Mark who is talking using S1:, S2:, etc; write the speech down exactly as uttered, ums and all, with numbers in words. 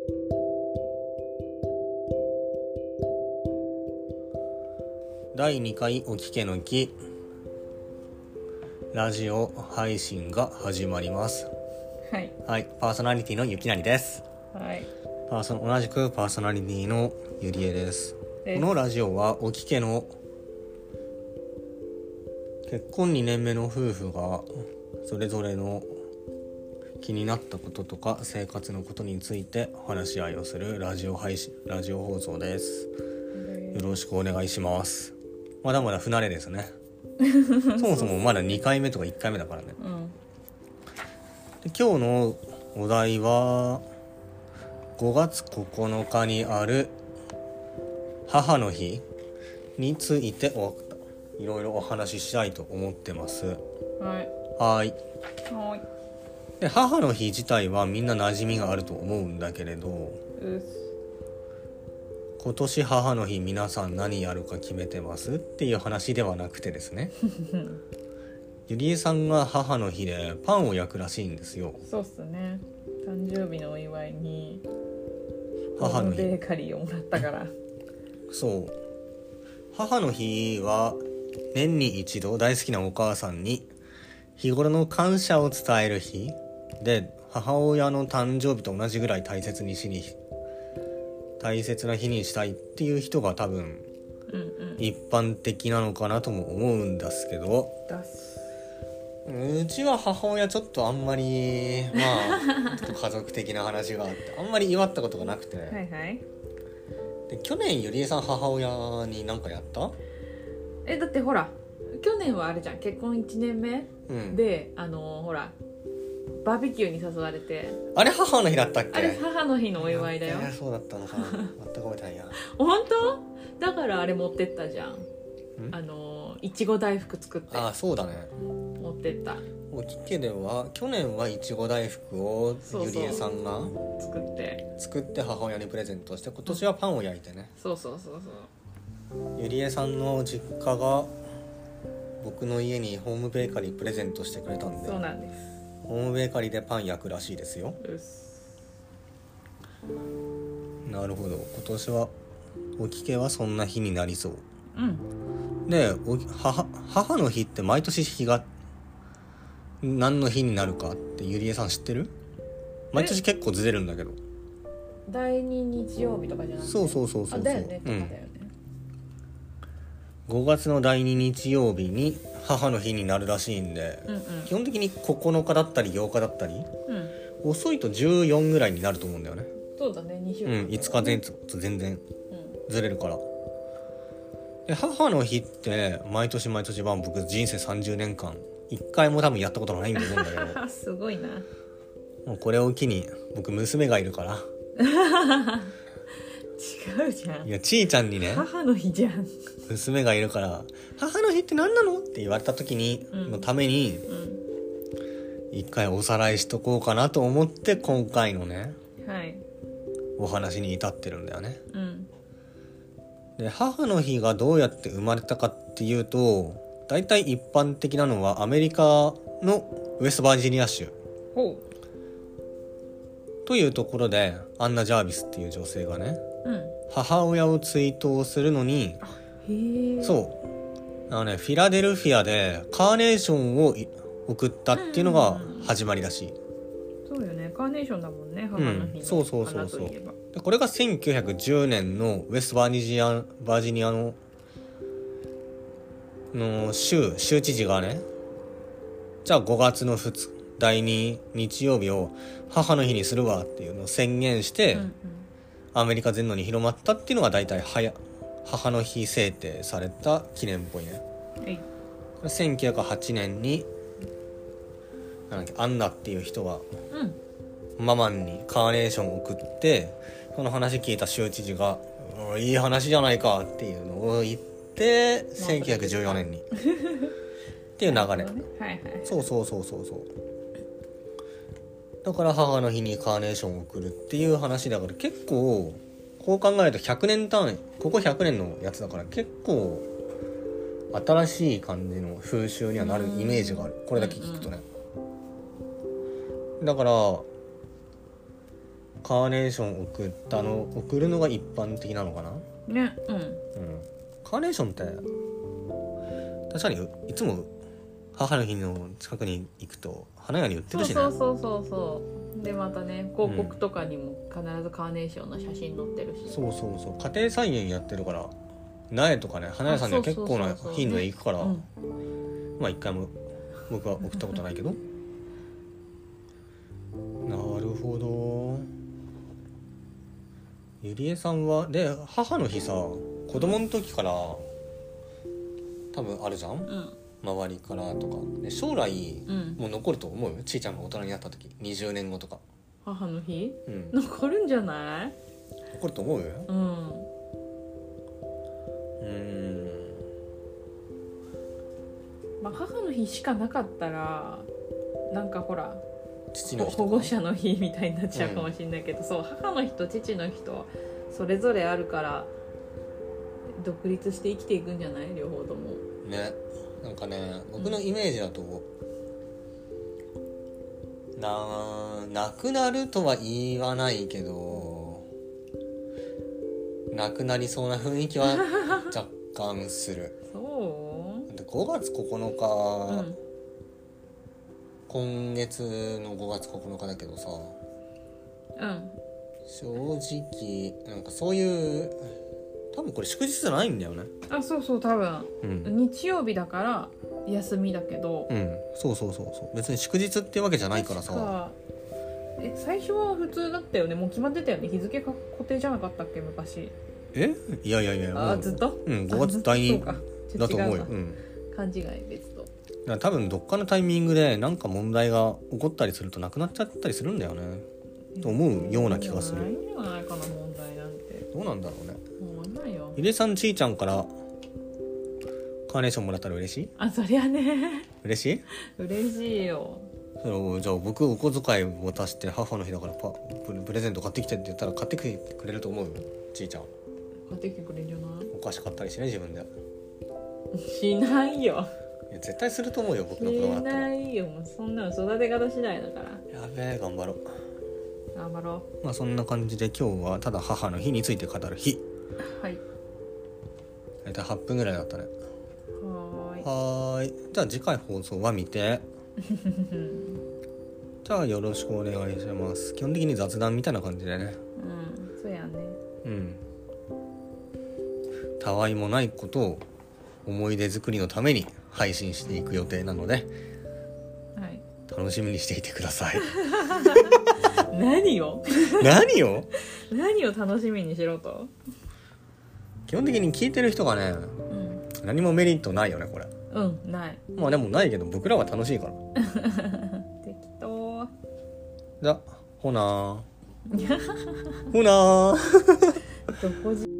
S1: だいにかいお聞けのきラジオ配信が始まります。
S2: はい、
S1: はい、パーソナリティのゆきなりです。
S2: はい、
S1: パーソ同じくパーソナリティのゆりえです。このラジオはお聞けの結婚にねんめの夫婦がそれぞれの気になったこととか生活のことについて話し合いをするラジオ配信ラジオ放送です。よろしくお願いします。まだまだ不慣れですねそもそもまだにかいめとかいっかいめだからね、
S2: うん、
S1: で今日のお題はごがつここのかにある母の日についておいろいろお話ししたいと思ってます。
S2: はい
S1: はい
S2: はい
S1: で母の日自体はみんな馴染みがあると思うんだけれど、
S2: うっす
S1: 今年母の日皆さん何やるか決めてますっていう話ではなくてですねゆりえさんが母の日でパンを焼くらしいんですよ。
S2: そうっすね、誕生日のお祝いに
S1: 母の日
S2: ベーカリーをもらったから
S1: そう母の日は年に一度大好きなお母さんに日頃の感謝を伝える日で、母親の誕生日と同じぐらい大切にしに大切な日にしたいっていう人が多分一般的なのかなとも思うんですけど、うちは母親ちょっとあんまりまあちょっと家族的な話があってあんまり祝ったことがなくて、
S2: はいはい、
S1: で去年ゆりえさん母親に何かやった？
S2: えだってほら去年はあれじゃん、結婚いちねんめ、うん、であのほらバーベキューに誘われて、
S1: あれ母の日だったっけ？
S2: あれ母の日のお祝いだよ。
S1: いやそうだったのかな全く覚えてないや
S2: 本当？だからあれ持ってったじゃん、あのいちご大福作って。
S1: ああそうだね、
S2: 持ってった。
S1: おきけでは去年はいちご大福をゆりえさんが
S2: 作って
S1: 作って母親にプレゼントして、今年はパンを焼いてね、
S2: そうそうそうそう
S1: ゆりえさんの実家が僕の家にホームベーカリープレゼントしてくれたんで、
S2: そうなんです、
S1: ホームベーカリーでパン焼くらしいですよ。なるほど、今年はおきけはそんな日になりそう、
S2: うん、
S1: でお 母, 母の日って毎年日が何の日になるかってゆりえさん知ってる？毎年結構ずれるんだけど、
S2: だいに日曜日とかじゃなくて、
S1: そうそうそうそうそう、
S2: あだよね、とかだよね、
S1: うん、ごがつのだいに日曜日に母の日になるらしいんで、うんうん、基本的にここのかだったりようかだったり、うん、遅いとじゅうよんぐらいになると思うんだよね。
S2: そうだね、にしゅうかん、
S1: うん、いつか前と全然ずれるから、うん、で母の日って毎年毎年、まあ、僕人生さんじゅうねんかんいっかいも多分やったことがないんだと思うんだけど
S2: すごいな。
S1: もうこれを機に僕娘がいるから
S2: 違うじゃん。
S1: いやちーちゃんにね、
S2: 母の日じゃん。
S1: 娘がいるから母の日って何なのって言われた時に、うん、のために、うん、一回おさらいしとこうかなと思って今回のね、はい、お話に至ってるんだよね、うん、で母の日がどうやって生まれたかっていうと、だいたい一般的なのはアメリカのウェストバージニア州というところで、アンナ・ジャービスっていう女性がね、うん、母親を追悼するのに、へそうあの、ね、フィラデルフィアでカーネーションを送ったっていうのが始まりらしい、うん
S2: うん、そうよね、カーネーションだもんね、母の日の、
S1: うん、そうそうそうそう。でこれがせんきゅうひゃくじゅうねんのウェストバージニア、バージニアのの州州知事がね、じゃあごがつのふつかだいに日曜日を母の日にするわっていうのを宣言して、うんうん、アメリカ全土に広まったっていうのが大体はや母の日制定された記念っぽいね、はい、せんきゅうひゃくはちねんになんだっけアンナっていう人が、うん、ママンにカーネーションを送って、その話聞いた州知事がいい話じゃないかっていうのを言ってせんきゅうひゃくじゅうよねんにっていう流れ、はいはい、そうそうそうそうそう、だから母の日にカーネーションを送るっていう話だから、結構こう考えるとひゃくねん単位、ここひゃくねんのやつだから結構新しい感じの風習にはなるイメージがある、これだけ聞くとね、うんうん、だからカーネーション送ったの送るのが一般的なのかな
S2: ね。うん、うん、
S1: カーネーションって確かにいつも母の日の近くに行くと花屋に売ってるしね。
S2: そうそうそうそうでまたね広告とかにも必ずカーネーションの写真載ってるし、
S1: うん、そうそうそう家庭菜園やってるから苗とかね花屋さんには結構な頻度で行くから、ね、うん、まあ一回も僕は送ったことないけどなるほど。ゆりえさんはで母の日さ子供の時から多分あるじゃん、うん、周りからとかで将来、うん、もう残ると思うよちいちゃんが大人になった時にじゅうねんごとか
S2: 母の日、
S1: うん、
S2: 残るんじゃない？
S1: 残ると思うよ。
S2: うん
S1: うーん
S2: まあ母の日しかなかったらなんかほら
S1: 父の日
S2: 保護者の日みたいになっちゃうかもしれないけど、うん、そう母の日と父の日とそれぞれあるから独立して生きていくんじゃない両方とも
S1: ね。なんかね僕のイメージだと、うん、ななくなるとは言わないけどなくなりそうな雰囲気は若干する
S2: そう
S1: でごがつここのか、うん、今月のごがつここのかだけどさ、
S2: うん、
S1: 正直なんかそういう多分これ祝日じゃないんだよね。
S2: あそうそう多分、うん、日曜日だから休みだけど、
S1: うん、そうそうそうそう別に祝日ってわけじゃないからさ。
S2: え最初は普通だったよね。もう決まってたよね。日付が固定じゃなかったっけ昔。
S1: えいやいやいや
S2: あずっと
S1: うんごがつ第二だと思うよ。うん、
S2: 勘違い別と。
S1: だから多分どっかのタイミングでなんか問題が起こったりするとなくなっちゃったりするんだよねと思うような気がする。
S2: ないんじゃないかな問題なんて。
S1: どうなんだろうね。
S2: もうないよ。
S1: ゆりさんちーちゃんからカーネーションもらったら嬉しい？
S2: あそりゃね
S1: 嬉しい？
S2: 嬉しいよ。
S1: そうじゃあ僕お小遣い渡して母の日だからパプレゼント買ってきてって言ったら買ってきてくれると思うよちーちゃん。
S2: 買ってきてくれるんじゃない？
S1: お菓子買ったりしない自分で。
S2: しないよ。
S1: いや絶対すると思うよ僕の子供だったら。
S2: しないよもうそんなの育て方次第だから。
S1: やべえ頑張ろう
S2: 頑張ろ
S1: う。まあそんな感じで今日はただ母の日について語る日。
S2: はい
S1: 大体はっぷんぐらいだったね。
S2: はーい
S1: はーいじゃあ次回放送は見てじゃあよろしくお願いします。基本的に雑談みたいな感じでね。
S2: うんそうやね。
S1: うんたわいもないことを思い出作りのために配信していく予定なので、
S2: はい、
S1: 楽しみにしていてください
S2: 何を
S1: 何を
S2: 何を楽しみにしろと。
S1: 基本的に聞いてる人がね、うん、何もメリットないよねこれ。
S2: うんない。
S1: まあでもないけど僕らは楽しいから
S2: 適当。
S1: じゃほなーほなー
S2: どこじ